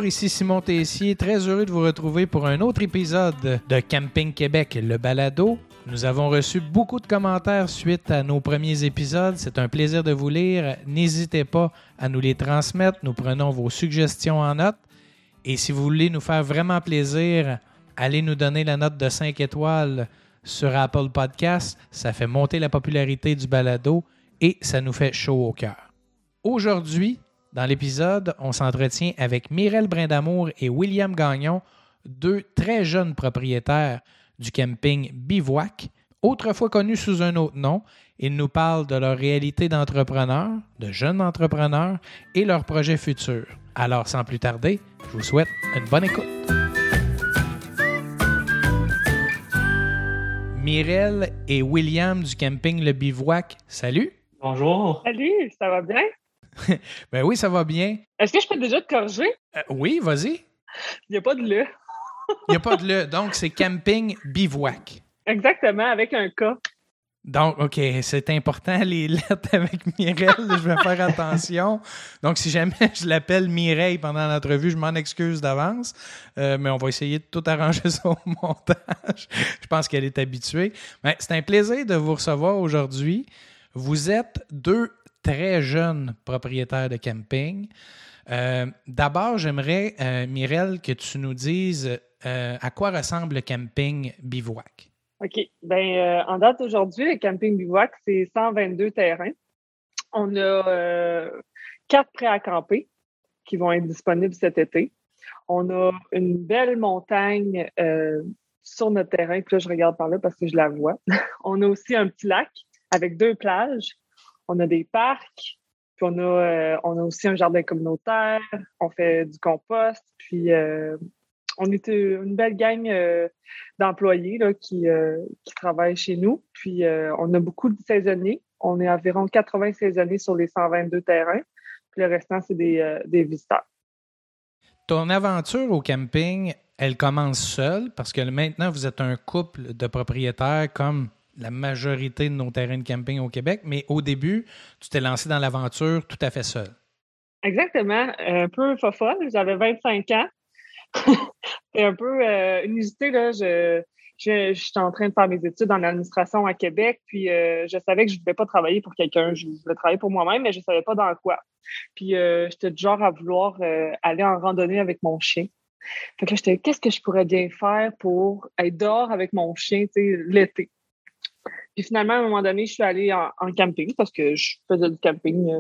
ici Simon Tessier, très heureux de vous retrouver pour un autre épisode de Camping Québec, le balado. Nous avons reçu beaucoup de commentaires suite à nos premiers épisodes. C'est un plaisir de vous lire. N'hésitez pas à nous les transmettre. Nous prenons vos suggestions en note. Et si vous voulez nous faire vraiment plaisir, allez nous donner la note de 5 étoiles sur Apple Podcasts. Ça fait monter la popularité du balado et ça nous fait chaud au cœur. Aujourd'hui, dans l'épisode, on s'entretient avec Mireille Brindamour et William Gagnon, deux très jeunes propriétaires du camping Bivouac, autrefois connu sous un autre nom. Ils nous parlent de leur réalité d'entrepreneurs, de jeunes entrepreneurs et leurs projets futurs. Alors, sans plus tarder, je vous souhaite une bonne écoute. Mireille et William du camping Le Bivouac, salut! Bonjour. Salut, ça va bien? Ben oui, ça va bien. Est-ce que je peux déjà te corriger? Oui, vas-y. Il n'y a pas de le. Il n'y a pas de le. Donc, c'est camping Bivouac. Exactement, avec un K. Donc, OK, c'est important, les lettres avec Mireille, je vais faire attention. Donc, si jamais je l'appelle Mireille pendant l'entrevue, je m'en excuse d'avance, mais on va essayer de tout arranger ça au montage. Je pense qu'elle est habituée. Mais c'est un plaisir de vous recevoir aujourd'hui. Vous êtes deux très jeunes propriétaires de camping. D'abord, j'aimerais, Mireille, que tu nous dises à quoi ressemble le camping Bivouac. OK. En date aujourd'hui, le camping Bivouac, c'est 122 terrains. On a 4 prêts à camper qui vont être disponibles cet été. On a une belle montagne sur notre terrain. Puis là, je regarde par là parce que je la vois. On a aussi un petit lac avec 2 plages. On a des parcs. Puis on a aussi un jardin communautaire. On fait du compost. Puis on est une belle gang d'employés là, qui travaillent chez nous. Puis on a beaucoup de saisonniers. On est environ 80 saisonniers sur les 122 terrains. Puis le restant, c'est des visiteurs. Ton aventure au camping, elle commence seule parce que maintenant, vous êtes un couple de propriétaires comme la majorité de nos terrains de camping au Québec. Mais au début, tu t'es lancé dans l'aventure tout à fait seul. Exactement. Un peu fofolle. J'avais 25 ans. C'est un peu inusité, là. Je suis en train de faire mes études en administration à Québec, puis je savais que je ne voulais pas travailler pour quelqu'un. Je voulais travailler pour moi-même, mais je ne savais pas dans quoi. Puis j'étais du genre à vouloir aller en randonnée avec mon chien. Fait que là, j'étais, qu'est-ce que je pourrais bien faire pour être dehors avec mon chien, tu sais, l'été? Puis finalement, à un moment donné, je suis allée en camping parce que je faisais du camping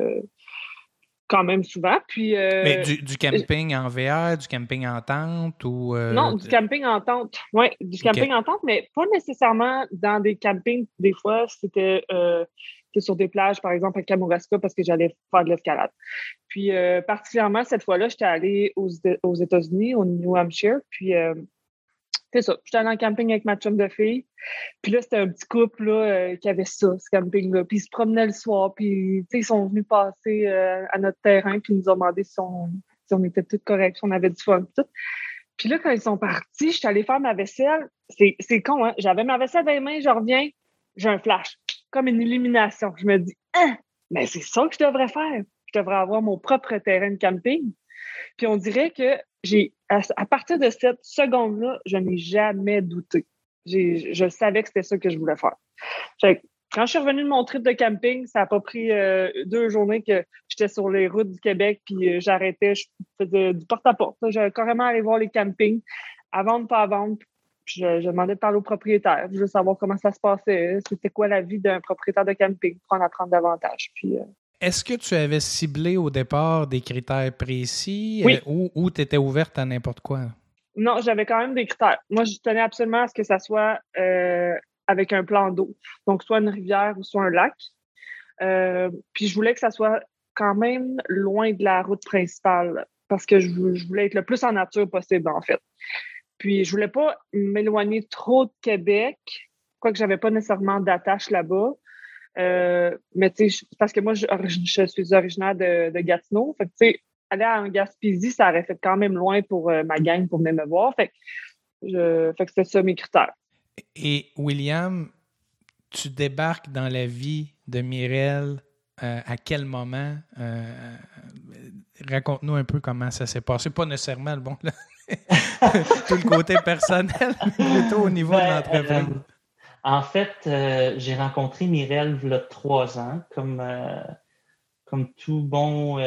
quand même souvent. Puis, mais du camping en VR, du camping en tente ou... Non, du camping en tente. Oui, du camping en tente, mais pas nécessairement dans des campings. Des fois, c'était sur des plages, par exemple à Kamouraska, parce que j'allais faire de l'escalade. Puis, particulièrement, cette fois-là, j'étais allée aux États-Unis, au New Hampshire. Puis, c'est ça. J'étais allée en camping avec ma chum de fille. Puis là, c'était un petit couple là, qui avait ça, ce camping-là. Puis ils se promenaient le soir. Puis, ils sont venus passer à notre terrain. Puis ils nous ont demandé si on était tous corrects, si on avait du fun. Tout. Puis là, quand ils sont partis, j'étais allée faire ma vaisselle. C'est con, hein? J'avais ma vaisselle dans les mains, je reviens, j'ai un flash. Comme une illumination. Je me dis, mais c'est ça que je devrais faire. Je devrais avoir mon propre terrain de camping. Puis on dirait que à partir de cette seconde-là, je n'ai jamais douté. Je savais que c'était ça que je voulais faire. Fait que quand je suis revenue de mon trip de camping, ça n'a pas pris 2 journées que j'étais sur les routes du Québec, puis j'arrêtais, je faisais du porte-à-porte. J'allais carrément aller voir les campings, à vendre, pas à vendre. Puis je demandais de parler au propriétaire. Je voulais savoir comment ça se passait, c'était quoi la vie d'un propriétaire de camping, pour en apprendre davantage. Puis... Est-ce que tu avais ciblé au départ des critères précis oui. Ou tu étais ouverte à n'importe quoi? Non, j'avais quand même des critères. Moi, je tenais absolument à ce que ça soit avec un plan d'eau. Donc, soit une rivière ou soit un lac. Puis, je voulais que ça soit quand même loin de la route principale parce que je voulais être le plus en nature possible, en fait. Puis, je voulais pas m'éloigner trop de Québec, quoique j'avais pas nécessairement d'attache là-bas. Mais tu sais, parce que moi, je suis originaire de Gatineau. Fait que tu sais, aller en Gaspésie, ça aurait fait quand même loin pour ma gang pour venir me voir. Fait que c'était ça mes critères. Et William, tu débarques dans la vie de Mireille à quel moment? raconte-nous un peu comment ça s'est passé. Pas nécessairement tout le côté personnel, mais plutôt au niveau de l'entreprise. En fait, j'ai rencontré Mireille il y a 3 ans, comme tout bon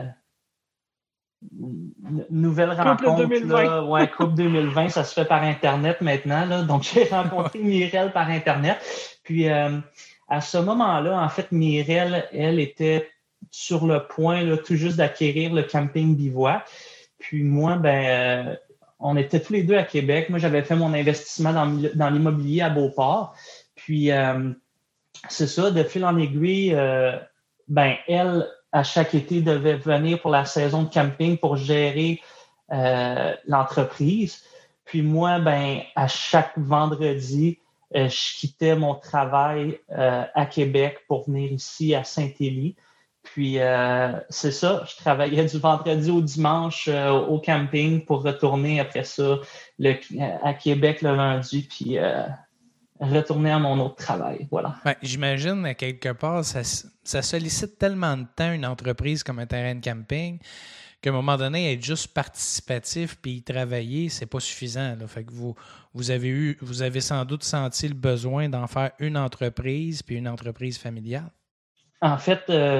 nouvelle rencontre. 2020. Là, ouais, Coupe 2020, ça se fait par Internet maintenant. Là, donc, j'ai rencontré Mireille par Internet. Puis, à ce moment-là, en fait, Mireille, elle était sur le point là, tout juste d'acquérir le camping Bivouac. Puis moi, on était tous les deux à Québec. Moi, j'avais fait mon investissement dans l'immobilier à Beauport. Puis, c'est ça, de fil en aiguille, elle, à chaque été, devait venir pour la saison de camping pour gérer l'entreprise. Puis moi, à chaque vendredi, je quittais mon travail à Québec pour venir ici à Saint-Élie. Puis, c'est ça, je travaillais du vendredi au dimanche au camping pour retourner après ça à Québec le lundi, puis retourner à mon autre travail. Voilà. Ben, j'imagine, à quelque part, ça sollicite tellement de temps une entreprise comme un terrain de camping qu'à un moment donné, être juste participatif puis y travailler, c'est pas suffisant. Là. Fait que vous avez sans doute senti le besoin d'en faire une entreprise puis une entreprise familiale. En fait,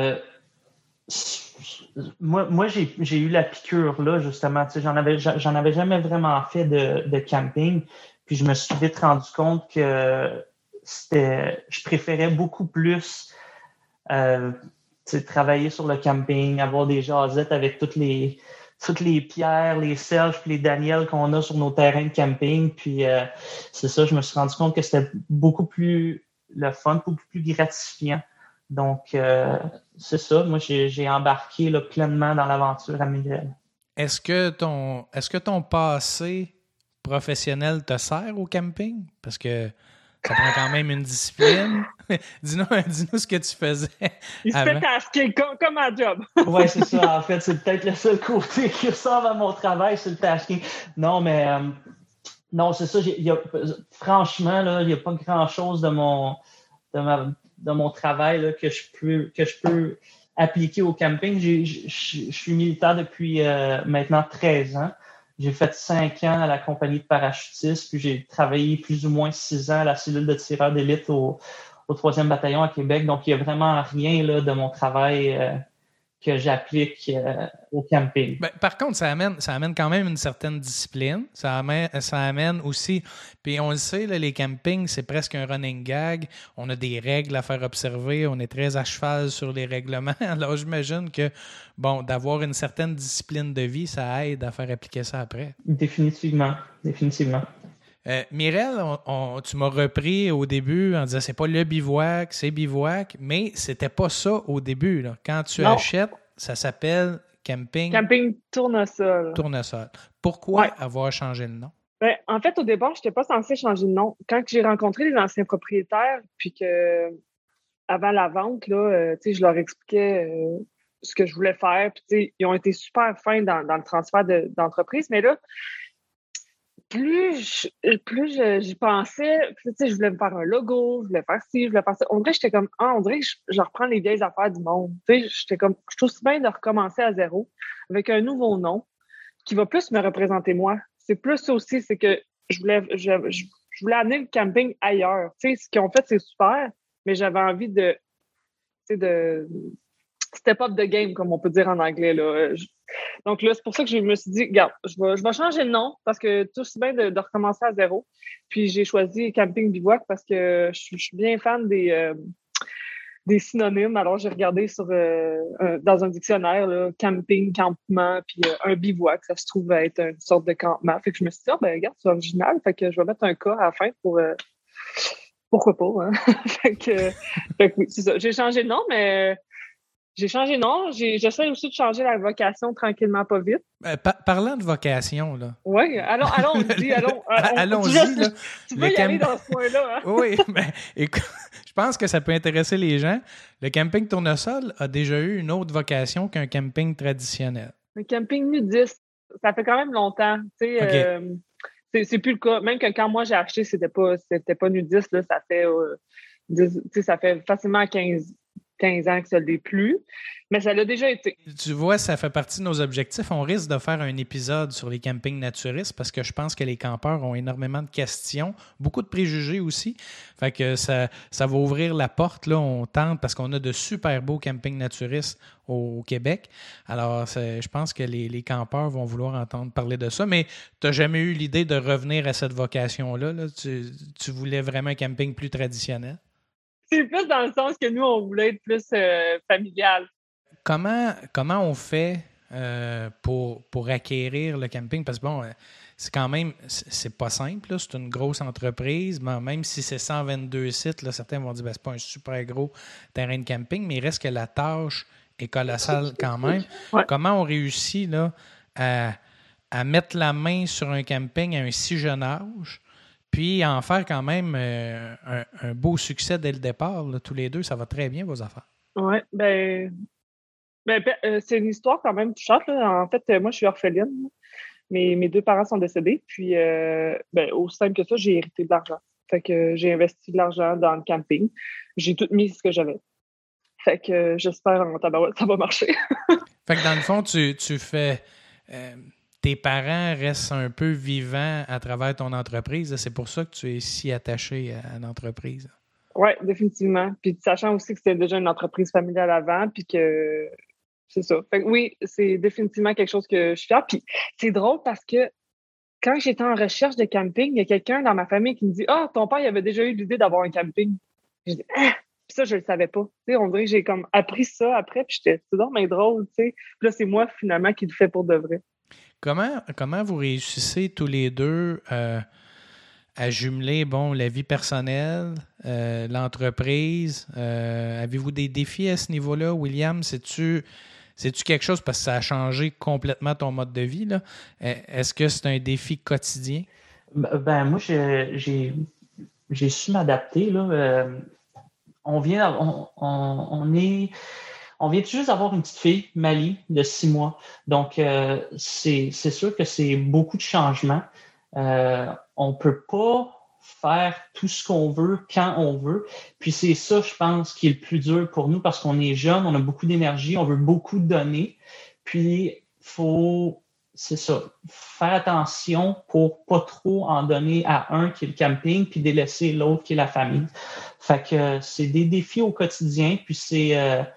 moi j'ai eu la piqûre là, justement. J'en avais jamais vraiment fait de camping. Puis je me suis vite rendu compte que je préférais beaucoup plus travailler sur le camping, avoir des jasettes avec toutes les Pierre, les Serge puis les Daniel qu'on a sur nos terrains de camping. Puis c'est ça, je me suis rendu compte que c'était beaucoup plus le fun, beaucoup plus gratifiant. Donc, c'est ça. Moi, j'ai embarqué là, pleinement dans l'aventure à Mireille. Est-ce que ton passé professionnel te sert au camping? Parce que ça prend quand même une discipline. dis-nous ce que tu faisais. Il se fait tasker comme un job. Oui, c'est ça. En fait, c'est peut-être le seul côté qui ressemble à mon travail, c'est le tasking. Non, mais non, c'est ça. Franchement, là, il n'y a pas grand-chose de mon travail là, que je peux appliquer au camping. Je suis militaire depuis maintenant 13 ans. J'ai fait 5 ans à la compagnie de parachutistes, puis j'ai travaillé plus ou moins 6 ans à la cellule de tireurs d'élite au 3e bataillon à Québec. Donc, il n'y a vraiment rien là, de mon travail que j'applique au camping. Par contre, ça amène quand même une certaine discipline. Ça amène aussi, puis on le sait, là, les campings, c'est presque un running gag. On a des règles à faire observer. On est très à cheval sur les règlements. Alors, j'imagine que, d'avoir une certaine discipline de vie, ça aide à faire appliquer ça après. Définitivement. Mireille, tu m'as repris au début en disant c'est pas le bivouac, c'est bivouac, mais c'était pas ça au début. Là. Quand tu achètes, ça s'appelle Camping Tournesol. Pourquoi avoir changé le nom? En fait, au départ, je n'étais pas censée changer de nom. Quand j'ai rencontré les anciens propriétaires, puis que avant la vente, là, je leur expliquais ce que je voulais faire. Puis, ils ont été super fins dans le transfert d'entreprise. Mais là, plus j'y pensais, je voulais me faire un logo, je voulais faire ci, je voulais faire ça. On dirait que j'étais comme, on dirait que je reprends les vieilles affaires du monde. J'étais comme, je trouve bien de recommencer à zéro avec un nouveau nom qui va plus me représenter moi. C'est plus ça aussi, c'est que je voulais amener le camping ailleurs. Ce qu'ils ont fait, c'est super, mais j'avais envie de step up the game, comme on peut dire en anglais, là. Donc là, c'est pour ça que je me suis dit, regarde, je vais changer de nom parce que tout aussi bien de recommencer à zéro. Puis j'ai choisi Camping Bivouac parce que je suis bien fan des synonymes. Alors j'ai regardé dans un dictionnaire, là, camping, campement, puis un bivouac, ça se trouve être une sorte de campement. Fait que je me suis dit, regarde, c'est original. Fait que je vais mettre un cas à la fin pour... pourquoi pas, hein? fait que oui, c'est ça. J'ai changé de nom, mais... J'ai changé de nom. J'essaie aussi de changer la vocation tranquillement, pas vite. Parlant de vocation, là. Oui, allons-y. Allons-y, là. Tu veux y aller dans ce point-là, hein? Oui, mais écoute, je pense que ça peut intéresser les gens. Le camping Tournesol a déjà eu une autre vocation qu'un camping traditionnel. Le camping nudiste, ça fait quand même longtemps. Tu sais, okay. C'est plus le cas. Même que quand moi j'ai acheté, c'était pas nudiste. Là, ça fait facilement 15 ans que ça ne l'est plus, mais ça l'a déjà été. Tu vois, ça fait partie de nos objectifs. On risque de faire un épisode sur les campings naturistes parce que je pense que les campeurs ont énormément de questions, beaucoup de préjugés aussi. Fait que ça va ouvrir la porte. Là, on tente parce qu'on a de super beaux campings naturistes au Québec. Alors, je pense que les campeurs vont vouloir entendre parler de ça. Mais tu n'as jamais eu l'idée de revenir à cette vocation-là, là? Tu voulais vraiment un camping plus traditionnel? C'est plus dans le sens que nous, on voulait être plus familial. Comment on fait pour acquérir le camping? Parce que bon, c'est quand même, c'est pas simple, là. C'est une grosse entreprise. Même si c'est 122 sites, là, certains vont dire que c'est pas un super gros terrain de camping, mais il reste que la tâche est colossale quand même. Ouais. Comment on réussit là, à mettre la main sur un camping à un si jeune âge? Puis en faire quand même un beau succès dès le départ. Là, tous les deux, ça va très bien, vos affaires. Oui, c'est une histoire quand même touchante. Là. En fait, moi, je suis orpheline. Mes deux parents sont décédés. Puis, aussi simple que ça, j'ai hérité de l'argent. Fait que j'ai investi de l'argent dans le camping. J'ai tout mis ce que j'avais. Fait que j'espère en tabarouette, ça va marcher. Fait que dans le fond, tu fais... tes parents restent un peu vivants à travers ton entreprise. C'est pour ça que tu es si attaché à l'entreprise. Oui, définitivement. Puis sachant aussi que c'était déjà une entreprise familiale avant, puis que c'est ça. Fait que oui, c'est définitivement quelque chose que je suis fière. Puis c'est drôle parce que quand j'étais en recherche de camping, il y a quelqu'un dans ma famille qui me dit « Ah, ton père, il avait déjà eu l'idée d'avoir un camping. » Je dis « Ah! » Puis ça, je le savais pas. Tu sais, on dirait que j'ai comme appris ça après, puis c'est drôle, mais drôle, tu sais. Puis là, c'est moi, finalement, qui le fais pour de vrai. Comment vous réussissez tous les deux à jumeler la vie personnelle, l'entreprise? Avez-vous des défis à ce niveau-là, William? C'est-tu quelque chose, parce que ça a changé complètement ton mode de vie, là? Est-ce que c'est un défi quotidien? Moi, j'ai su m'adapter, là. On vient tout juste d'avoir une petite fille, Mali, de 6 mois. Donc, c'est sûr que c'est beaucoup de changements. On peut pas faire tout ce qu'on veut quand on veut. Puis c'est ça, je pense, qui est le plus dur pour nous parce qu'on est jeune, on a beaucoup d'énergie, on veut beaucoup donner. Puis, c'est ça, faire attention pour pas trop en donner à un qui est le camping puis délaisser l'autre qui est la famille. Fait que c'est des défis au quotidien. Puis c'est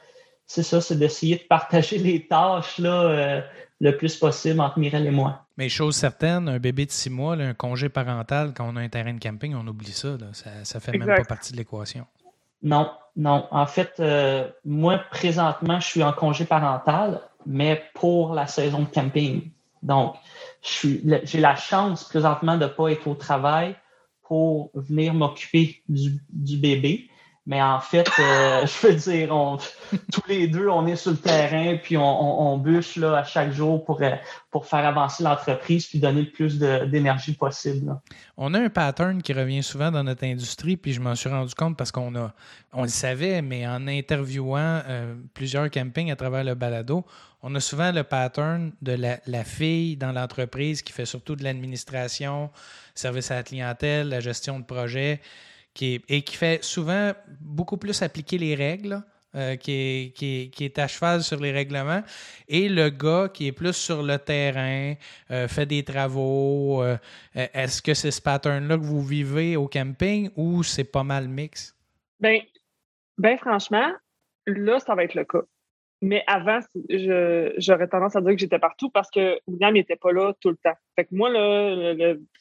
ça, c'est d'essayer de partager les tâches là, le plus possible entre Mireille et moi. Mais chose certaine, un bébé de 6 mois, là, un congé parental, quand on a un terrain de camping, on oublie ça. Là. Ça fait même pas partie de l'équation. Non. En fait, moi, présentement, je suis en congé parental, mais pour la saison de camping. Donc, j'ai la chance présentement de ne pas être au travail pour venir m'occuper du bébé. Mais en fait, je veux dire, tous les deux, on est sur le terrain, puis on bûche là, à chaque jour pour faire avancer l'entreprise puis donner le plus d'énergie possible. Là. On a un pattern qui revient souvent dans notre industrie, puis je m'en suis rendu compte parce on le savait, mais en interviewant plusieurs campings à travers le balado, on a souvent le pattern de la fille dans l'entreprise qui fait surtout de l'administration, service à la clientèle, la gestion de projet, qui fait souvent beaucoup plus appliquer les règles, qui est à cheval sur les règlements, et le gars qui est plus sur le terrain, fait des travaux. Est-ce que c'est ce pattern-là que vous vivez au camping ou c'est pas mal mix? Ben franchement, là, ça va être le cas. Mais avant, j'aurais tendance à dire que j'étais partout parce que William n'était pas là tout le temps. Fait que moi, là,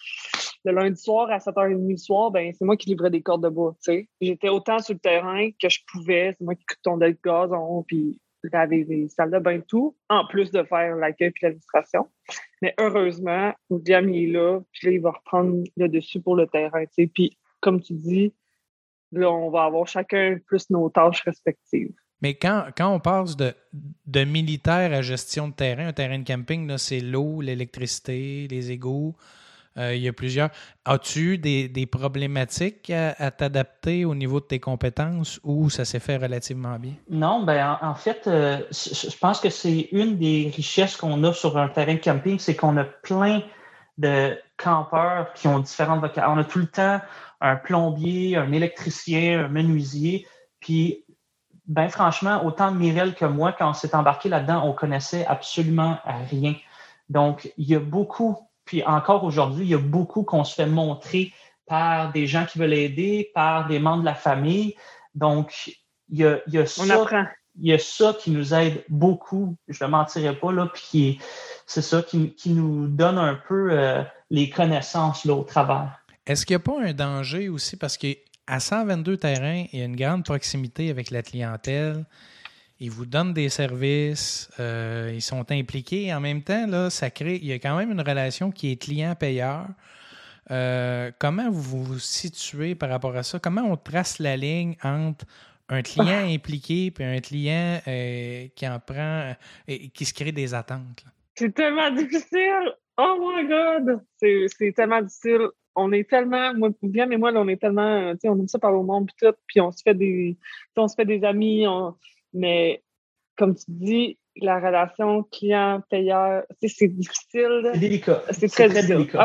le lundi soir à 7h30 le soir, c'est moi qui livrais des cordes de bois, tu sais. J'étais autant sur le terrain que je pouvais. C'est moi qui tondais le gazon, puis laver les salles de bain et tout, en plus de faire l'accueil puis l'administration. Mais heureusement, William, il est là, puis là, il va reprendre le dessus pour le terrain, tu sais. Puis, comme tu dis, là, on va avoir chacun plus nos tâches respectives. Mais quand on passe de militaire à gestion de terrain, un terrain de camping, là, c'est l'eau, l'électricité, les égouts. Il y a plusieurs. As-tu eu des problématiques à t'adapter au niveau de tes compétences ou ça s'est fait relativement bien? Non, en fait, je pense que c'est une des richesses qu'on a sur un terrain de camping, c'est qu'on a plein de campeurs qui ont différentes vocations. On a tout le temps un plombier, un électricien, un menuisier, puis ben franchement, autant Mirel que moi, quand on s'est embarqué là-dedans, on connaissait absolument rien. Donc, il y a beaucoup, puis encore aujourd'hui, il y a beaucoup qu'on se fait montrer par des gens qui veulent aider, par des membres de la famille. Donc, il y a ça. On apprend. Il y a ça qui nous aide beaucoup, je ne mentirai pas, là, puis c'est ça qui nous donne un peu les connaissances là, au travers. Est-ce qu'il n'y a pas un danger aussi, parce qu'à 122 terrains, il y a une grande proximité avec la clientèle, ils vous donnent des services, ils sont impliqués, et en même temps, là, il y a quand même une relation qui est client-payeur. Comment vous vous situez par rapport à ça? Comment on trace la ligne entre un client impliqué et un client qui en prend et qui se crée des attentes? Là? C'est tellement difficile! Oh my God! C'est tellement difficile. On est tellement, moi, Viviane et moi, là, on est tellement, tu sais, on aime ça parler au monde, puis on se fait des amis, mais comme tu dis, la relation client-payeur, c'est difficile. C'est délicat. C'est très délicat.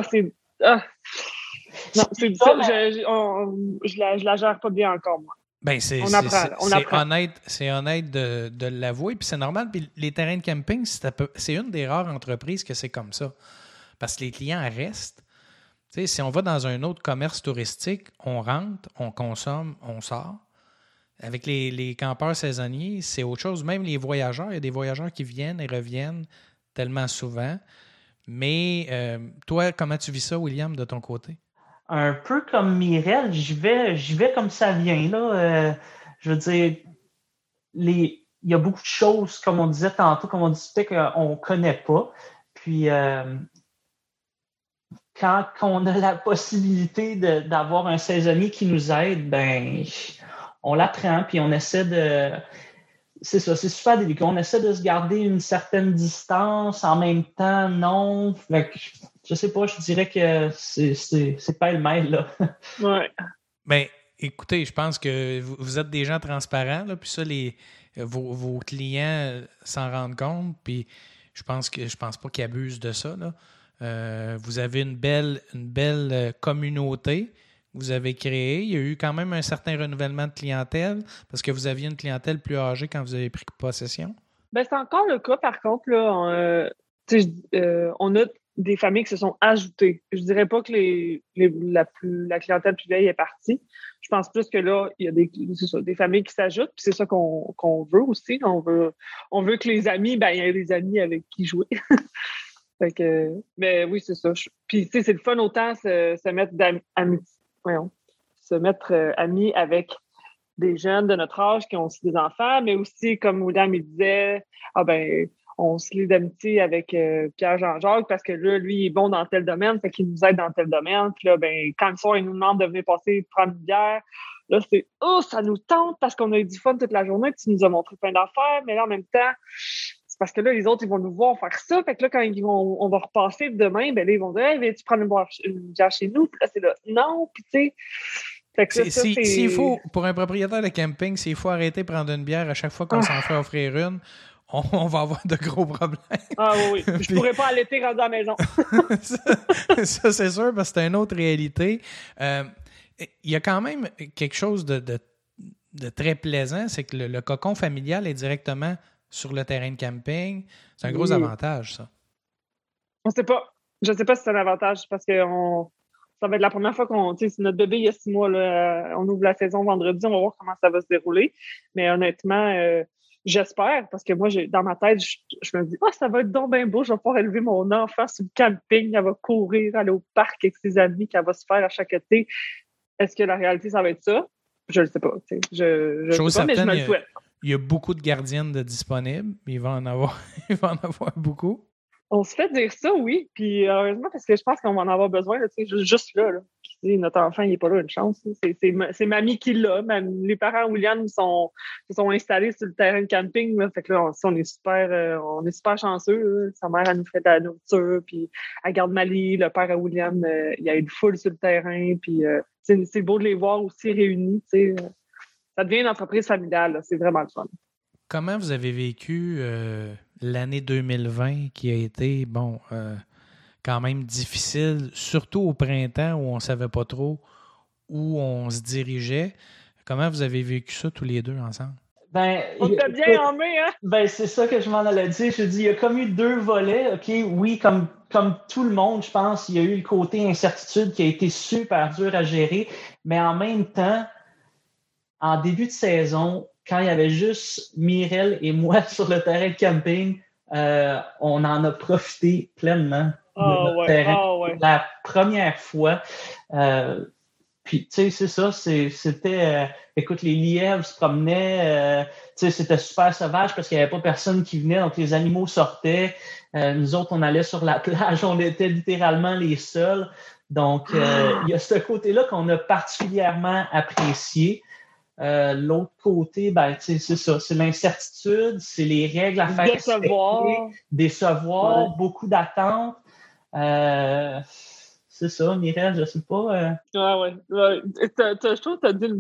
Non, c'est ça, difficile. Je la gère pas bien encore, moi. Ben on apprend. C'est honnête de l'avouer, puis c'est normal. Puis les terrains de camping, c'est une des rares entreprises que c'est comme ça. Parce que les clients restent. Tu sais, si on va dans un autre commerce touristique, on rentre, on consomme, on sort. Avec les campeurs saisonniers, c'est autre chose. Même les voyageurs, il y a des voyageurs qui viennent et reviennent tellement souvent. Mais toi, comment tu vis ça, William, de ton côté? Un peu comme Mirel, j'y vais comme ça vient. Là. Je veux dire, il y a beaucoup de choses, comme on disait tantôt, comme on disait, qu'on ne connaît pas. Puis, quand on a la possibilité d'avoir un saisonnier qui nous aide, ben, on l'apprend, puis on essaie de... C'est ça, c'est super délicat. On essaie de se garder une certaine distance, en même temps, non. Fait que, je sais pas, je dirais que c'est pas le mail, là. Ouais. Ben, écoutez, je pense que vous êtes des gens transparents, là, puis ça, vos clients s'en rendent compte, puis je pense pas qu'ils abusent de ça, là. Vous avez une belle communauté que vous avez créée. Il y a eu quand même un certain renouvellement de clientèle parce que vous aviez une clientèle plus âgée quand vous avez pris possession. Ben, c'est encore le cas, par contre. Là, on a des familles qui se sont ajoutées. Je dirais pas que la clientèle plus vieille est partie. Je pense plus que là, il y a des familles qui s'ajoutent, puis c'est ça qu'on veut aussi. On veut que les amis, ben, il y ait des amis avec qui jouer. Fait que, mais oui, c'est ça. Puis, tu sais, c'est le fun autant se mettre amis avec des jeunes de notre âge qui ont aussi des enfants, mais aussi, comme William il disait, on se lie d'amitié avec Pierre Jean-Jacques parce que là, lui, il est bon dans tel domaine, fait qu'il nous aide dans tel domaine. Puis là, ben, quand le soir, il nous demande de venir prendre une bière, là, c'est « Oh, ça nous tente parce qu'on a eu du fun toute la journée, puis tu nous as montré plein d'affaires, mais là, en même temps, c'est parce que là, les autres, ils vont nous voir faire ça. Fait que là, quand on va repasser demain, ben là, ils vont dire « Hey, viens-tu prendre une bière chez nous? » Puis là, c'est là « Non, puis tu sais... » S'il faut, pour un propriétaire de camping, s'il faut arrêter de prendre une bière à chaque fois qu'on s'en fait offrir une, on va avoir de gros problèmes. Ah oui. Je ne pourrais pas allaiter rendu à la maison. ça, c'est sûr, parce que c'est une autre réalité. Il y a quand même quelque chose de très plaisant, c'est que le cocon familial est directement sur le terrain de camping. C'est un gros avantage, ça. On sait pas. Je ne sais pas si c'est un avantage, parce que ça va être la première fois si notre bébé, il y a 6 mois, là, on ouvre la saison vendredi, on va voir comment ça va se dérouler. Mais honnêtement, j'espère, parce que moi, dans ma tête, je me dis, ça va être donc bien beau, je vais pouvoir élever mon enfant sur le camping, elle va courir, aller au parc avec ses amis, qu'elle va se faire à chaque été. Est-ce que la réalité, ça va être ça? Je ne le sais pas. Je sais pas, mais je me le souhaite. Il y a beaucoup de gardiennes de disponibles, il va en avoir beaucoup. On se fait dire ça, oui. Puis heureusement, parce que je pense qu'on va en avoir besoin, là, juste là. Qui dit, notre enfant, il n'est pas là, une chance. C'est mamie qui l'a. Les parents William se sont installés sur le terrain de camping. Là, fait que là, on est super chanceux. Là. Sa mère, elle nous fait de la nourriture. Puis elle garde Mali. Le père à William, il y a une foule sur le terrain. Puis c'est beau de les voir aussi réunis. Ça devient une entreprise familiale. Là. C'est vraiment le fun. Comment vous avez vécu l'année 2020 qui a été, quand même difficile, surtout au printemps où on ne savait pas trop où on se dirigeait? Comment vous avez vécu ça tous les deux ensemble? On t'a bien en main, hein? Ben, c'est ça que je m'en allais dire. Je dis, il y a comme eu 2 volets. OK, oui, comme tout le monde, je pense, il y a eu le côté incertitude qui a été super dur à gérer. Mais en même temps, en début de saison, quand il y avait juste Mirel et moi sur le terrain de camping, on en a profité pleinement de notre terrain. La première fois. Puis, tu sais, c'est ça, c'était... écoute, les lièvres se promenaient, tu sais, c'était super sauvage parce qu'il n'y avait pas personne qui venait, donc les animaux sortaient. Nous autres, on allait sur la plage, on était littéralement les seuls. Donc, il y a ce côté-là qu'on a particulièrement apprécié. L'autre côté, ben, tu sais, c'est ça, c'est l'incertitude, c'est les règles à faire décevoir, beaucoup d'attentes. C'est ça, Mireille, je sais pas. Ouais. Je trouve que tu as dit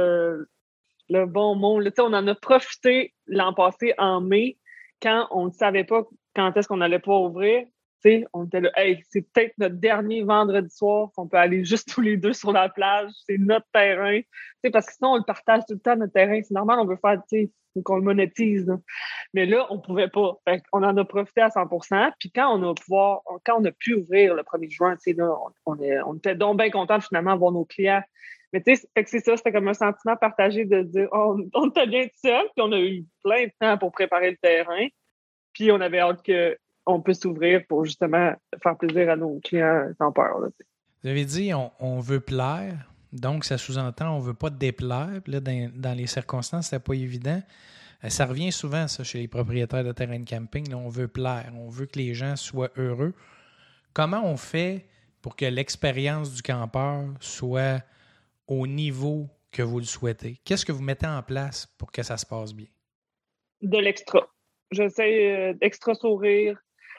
le bon mot. Là, on en a profité l'an passé en mai, quand on ne savait pas quand est-ce qu'on allait pouvoir ouvrir. T'sais, on était là, hey, c'est peut-être notre dernier vendredi soir qu'on peut aller juste tous les deux sur la plage. C'est notre terrain. T'sais, parce que sinon, on le partage tout le temps, notre terrain. C'est normal, on veut faire, faut qu'on le monétise. Là. Mais là, on ne pouvait pas. Fait on en a profité à 100%. Puis quand on a pu ouvrir le 1er juin, là, on était donc bien contents de finalement voir nos clients. Mais tu sais, c'est ça, c'était comme un sentiment partagé de dire on était bien tout seul, puis on a eu plein de temps pour préparer le terrain. Puis on avait hâte qu'on puisse s'ouvrir pour justement faire plaisir à nos clients sans peur. Là, vous avez dit on veut plaire, donc ça sous-entend on ne veut pas déplaire. Puis là, dans les circonstances, c'était pas évident. Ça revient souvent, ça, chez les propriétaires de terrain de camping. Là, on veut plaire, on veut que les gens soient heureux. Comment on fait pour que l'expérience du campeur soit au niveau que vous le souhaitez? Qu'est-ce que vous mettez en place pour que ça se passe bien? De l'extra. J'essaie d'extra sourire,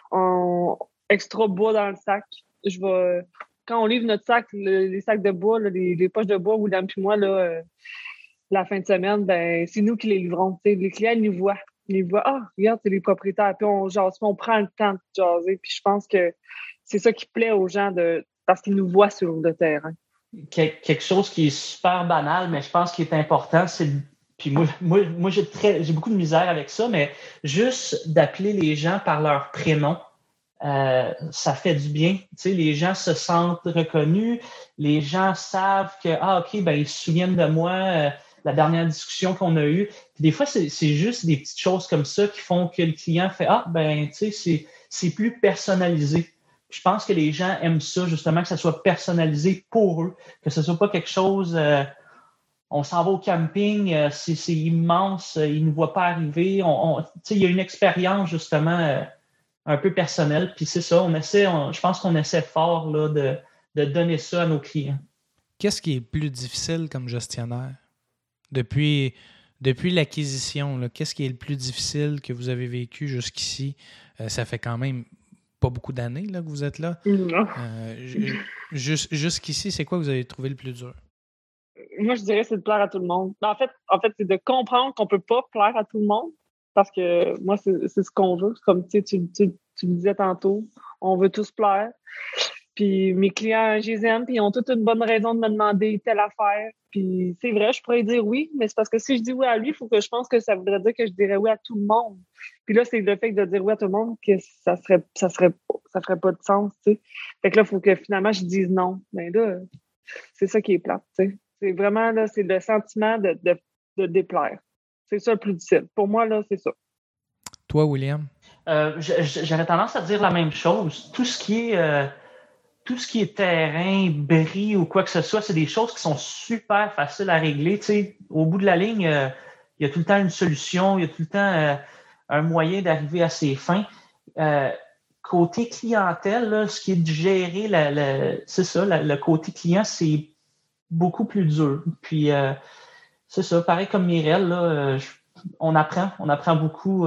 extra bois dans le sac. Quand on livre notre sac, les sacs de bois, là, les poches de bois, William puis moi, là, la fin de semaine, ben c'est nous qui les livrons. T'sais. Les clients nous voient. Ils voient, regarde, c'est les propriétaires. Puis on jase, on prend le temps de jaser. Puis je pense que c'est ça qui plaît aux gens parce qu'ils nous voient sur le terrain. Quelque chose qui est super banal, mais je pense qu'il est important, c'est... Puis moi j'ai beaucoup de misère avec ça, mais juste d'appeler les gens par leur prénom, ça fait du bien. Tu sais, les gens se sentent reconnus, les gens savent que, OK, ben ils se souviennent de moi, la dernière discussion qu'on a eue. Puis des fois, c'est juste des petites choses comme ça qui font que le client fait, ben, tu sais, c'est plus personnalisé. Je pense que les gens aiment ça, justement, que ça soit personnalisé pour eux, que ce soit pas quelque chose... on s'en va au camping, c'est immense, ils ne nous voient pas arriver. Il y a une expérience, justement, un peu personnelle. Puis c'est ça, je pense qu'on essaie fort là, de donner ça à nos clients. Qu'est-ce qui est le plus difficile comme gestionnaire? Depuis l'acquisition, là, qu'est-ce qui est le plus difficile que vous avez vécu jusqu'ici? Ça fait quand même pas beaucoup d'années là, que vous êtes là. Non. Jusqu'ici, c'est quoi que vous avez trouvé le plus dur? Moi, je dirais c'est de plaire à tout le monde. En fait, c'est de comprendre qu'on peut pas plaire à tout le monde parce que moi, c'est ce qu'on veut. Comme tu le disais tantôt, on veut tous plaire. Puis mes clients, je les aime, puis ils ont toute une bonne raison de me demander telle affaire. Puis c'est vrai, je pourrais dire oui, mais c'est parce que si je dis oui à lui, il faut que je pense que ça voudrait dire que je dirais oui à tout le monde. Puis là, c'est le fait de dire oui à tout le monde que ça ferait pas de sens, tu sais. Fait que là, il faut que finalement je dise non. Mais là, c'est ça qui est plate, tu sais. C'est vraiment, là, c'est le sentiment de déplaire. C'est ça le plus difficile. Pour moi, là, c'est ça. Toi, William? J'aurais tendance à dire la même chose. Tout ce qui est terrain, bris ou quoi que ce soit, c'est des choses qui sont super faciles à régler. Tu sais, au bout de la ligne, il y a tout le temps une solution, il y a tout le temps un moyen d'arriver à ses fins. Côté clientèle, là, ce qui est de gérer c'est ça, le côté client, c'est beaucoup plus dur. Puis c'est ça, pareil comme Mireille, là, on apprend beaucoup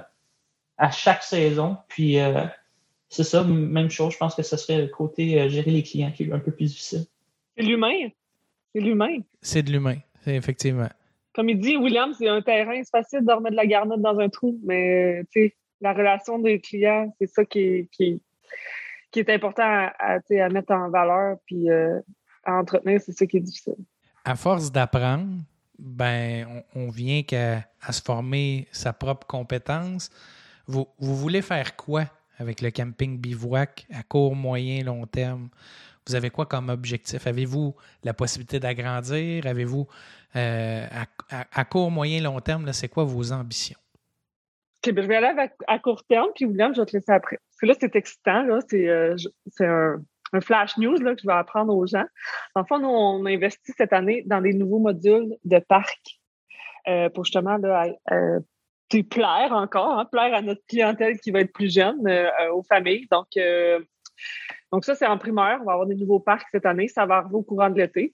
à chaque saison. Puis c'est ça, même chose. Je pense que ce serait le côté gérer les clients qui est un peu plus difficile. C'est l'humain. C'est de l'humain, effectivement. Comme il dit, William, c'est un terrain, c'est facile de remettre de la garnotte dans un trou, mais tu sais, la relation des clients, c'est ça qui est important à mettre en valeur puis à entretenir, c'est ça qui est difficile. À force d'apprendre, on vient qu'à se former sa propre compétence. Vous voulez faire quoi avec le camping bivouac à court, moyen, long terme? Vous avez quoi comme objectif? Avez-vous la possibilité d'agrandir? Avez-vous, à court, moyen, long terme, là, c'est quoi vos ambitions? OK, je vais aller à court terme, puis William, je vais te laisser après. Parce que là, c'est excitant. Là, c'est un flash news là, que je vais apprendre aux gens. En fait, nous, on a investi cette année dans des nouveaux modules de parc pour justement là, plaire encore, plaire à notre clientèle qui va être plus jeune, aux familles. Donc ça, c'est en primeur. On va avoir des nouveaux parcs cette année. Ça va arriver au courant de l'été.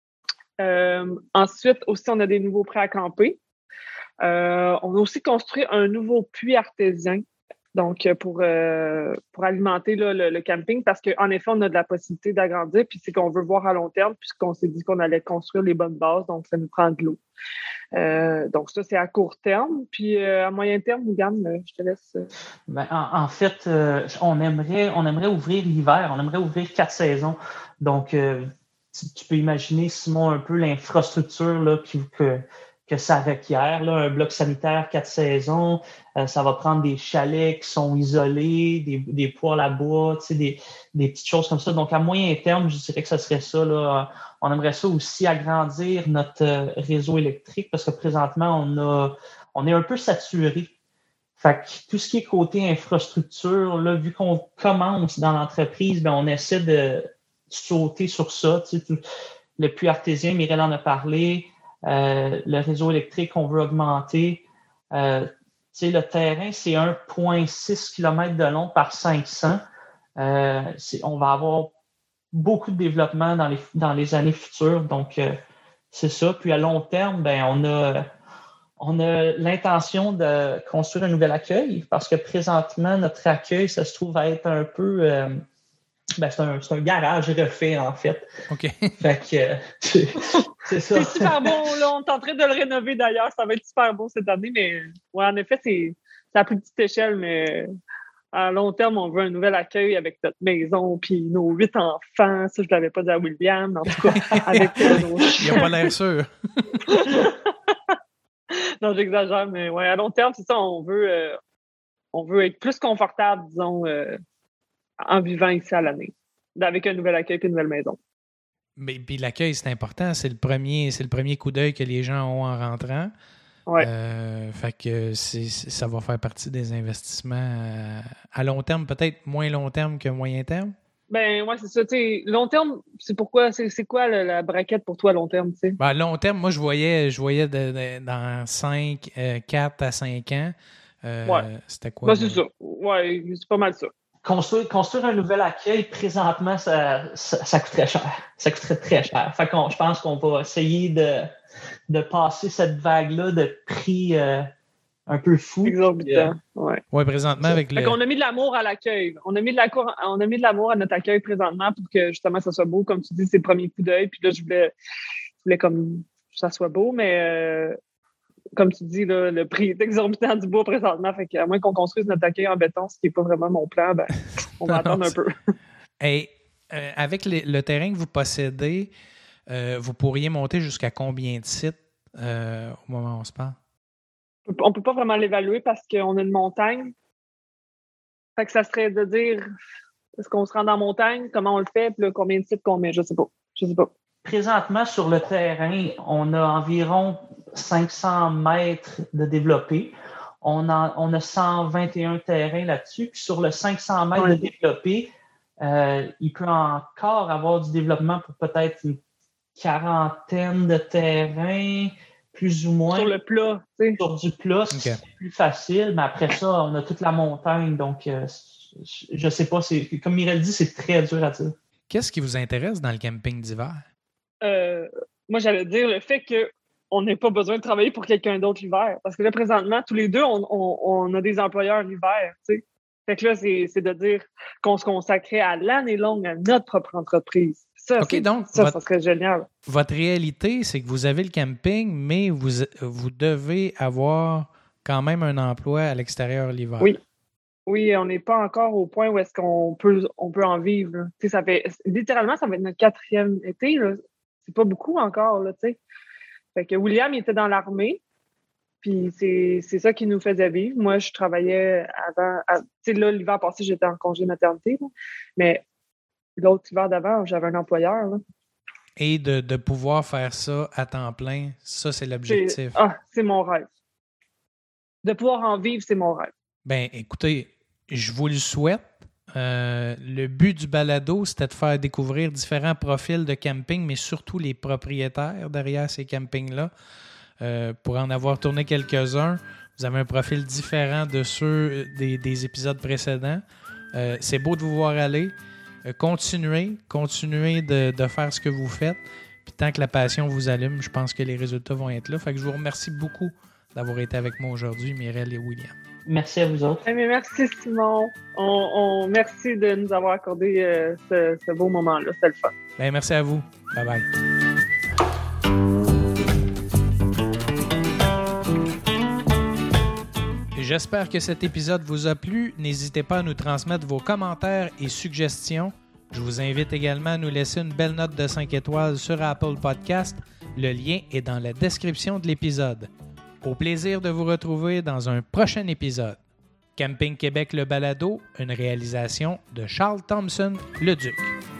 Ensuite, aussi, on a des nouveaux prêts à camper. On a aussi construit un nouveau puits artésien, donc pour alimenter là, le camping, parce qu'en effet, on a de la possibilité d'agrandir, puis c'est qu'on veut voir à long terme, puisqu'on s'est dit qu'on allait construire les bonnes bases, donc ça nous prend de l'eau. Donc ça, c'est à court terme. Puis à moyen terme, Mougan, je te laisse. En fait, on aimerait ouvrir l'hiver, on aimerait ouvrir 4 saisons. Donc, tu peux imaginer, Simon, un peu l'infrastructure là, que ça requiert. Là, un bloc sanitaire, 4 saisons, ça va prendre des chalets qui sont isolés, des poêles à bois, des petites choses comme ça. Donc, à moyen terme, je dirais que ça serait ça. Là. On aimerait ça aussi agrandir notre réseau électrique parce que présentement, on est un peu saturé. Fait que tout ce qui est côté infrastructure, là, vu qu'on commence dans l'entreprise, on essaie de sauter sur ça. Le puits artésien, Mireille en a parlé. Le réseau électrique, on veut augmenter. Le terrain, c'est 1,6 km de long par 500. On va avoir beaucoup de développement dans les années futures. Donc, c'est ça. Puis à long terme, on a l'intention de construire un nouvel accueil parce que présentement, notre accueil, ça se trouve à être un peu... c'est un garage refait, en fait. OK. Fait que c'est ça. C'est super bon, là. On est en train de le rénover d'ailleurs. Ça va être super beau cette année, mais ouais, en effet, c'est à plus petite échelle, mais à long terme, on veut un nouvel accueil avec notre maison, puis nos 8 enfants. Ça, je ne l'avais pas dit à William, mais en tout cas, avec nos... Il n'a pas l'air sûr. Non, j'exagère, mais ouais, à long terme, c'est ça, on veut être plus confortable, disons, en vivant ici à l'année, avec un nouvel accueil et une nouvelle maison. Mais puis l'accueil, c'est important. C'est le premier coup d'œil que les gens ont en rentrant. Ouais. Fait que ça va faire partie des investissements à long terme, peut-être moins long terme que moyen terme. Ouais, c'est ça. Long terme, c'est pourquoi c'est quoi la braquette pour toi à long terme, tu sais? À long terme, moi je voyais dans 4 à 5 ans. Ouais. C'était quoi? C'est ça. Ouais, c'est pas mal ça. Construire un nouvel accueil, présentement, ça coûterait cher. Ça coûterait très cher. Fait que je pense qu'on va essayer de passer cette vague-là de prix un peu fou. Exorbitant, ouais. Oui, présentement, avec le... Fait qu'on a mis de l'amour à l'accueil. On a mis de l'amour à notre accueil présentement pour que, justement, ça soit beau. Comme tu dis, c'est le premier coup d'œil. Puis là, je voulais comme que ça soit beau, mais... comme tu dis, là, le prix est exorbitant du bois présentement. Fait qu'à moins qu'on construise notre accueil en béton, ce qui n'est pas vraiment mon plan, on va attendre un peu. Hey, avec le terrain que vous possédez, vous pourriez monter jusqu'à combien de sites au moment où on se parle? On ne peut pas vraiment l'évaluer parce qu'on a une montagne. Fait que ça serait de dire, est-ce qu'on se rend dans la montagne? Comment on le fait? Puis là, combien de sites qu'on met? Je sais pas. Présentement, sur le terrain, on a environ 500 mètres de développé. On a 121 terrains là-dessus. Puis sur le 500 mètres de développé, il peut encore avoir du développement pour peut-être une quarantaine de terrains, plus ou moins. Sur le plat, tu sais. Sur du plat, c'est plus facile. Mais après ça, on a toute la montagne. Donc, je sais pas. Comme Mireille dit, c'est très dur à dire. Qu'est-ce qui vous intéresse dans le camping d'hiver? Moi, j'allais dire le fait qu'on n'ait pas besoin de travailler pour quelqu'un d'autre l'hiver. Parce que là, présentement, tous les deux, on a des employeurs l'hiver, tu sais. Fait que là, c'est de dire qu'on se consacrait à l'année longue à notre propre entreprise. Ça, ça serait génial. Votre réalité, c'est que vous avez le camping, mais vous devez avoir quand même un emploi à l'extérieur l'hiver. Oui, on n'est pas encore au point où est-ce qu'on peut en vivre. Tu sais, littéralement, ça va être notre 4e été, là. C'est pas beaucoup encore, là, tu sais. Fait que William, il était dans l'armée. Puis c'est ça qui nous faisait vivre. Moi, je travaillais avant. Tu sais, là, l'hiver passé, j'étais en congé maternité. Là. Mais l'autre hiver d'avant, j'avais un employeur. Là. Et de pouvoir faire ça à temps plein, ça, c'est l'objectif. C'est mon rêve. De pouvoir en vivre, c'est mon rêve. Ben, écoutez, je vous le souhaite. Le but du balado, c'était de faire découvrir différents profils de camping, mais surtout les propriétaires derrière ces campings-là. Pour en avoir tourné quelques-uns, vous avez un profil différent de ceux des épisodes précédents. C'est beau de vous voir aller. Continuez de faire ce que vous faites. Puis tant que la passion vous allume, je pense que les résultats vont être là. Fait que je vous remercie beaucoup d'avoir été avec moi aujourd'hui, Mireille et William. Merci à vous autres. Mais merci, Simon. Merci de nous avoir accordé ce beau moment-là. C'était le fun. Ben, merci à vous. Bye-bye. J'espère que cet épisode vous a plu. N'hésitez pas à nous transmettre vos commentaires et suggestions. Je vous invite également à nous laisser une belle note de 5 étoiles sur Apple Podcast. Le lien est dans la description de l'épisode. Au plaisir de vous retrouver dans un prochain épisode. Camping Québec le balado, une réalisation de Charles Thompson, le Duc.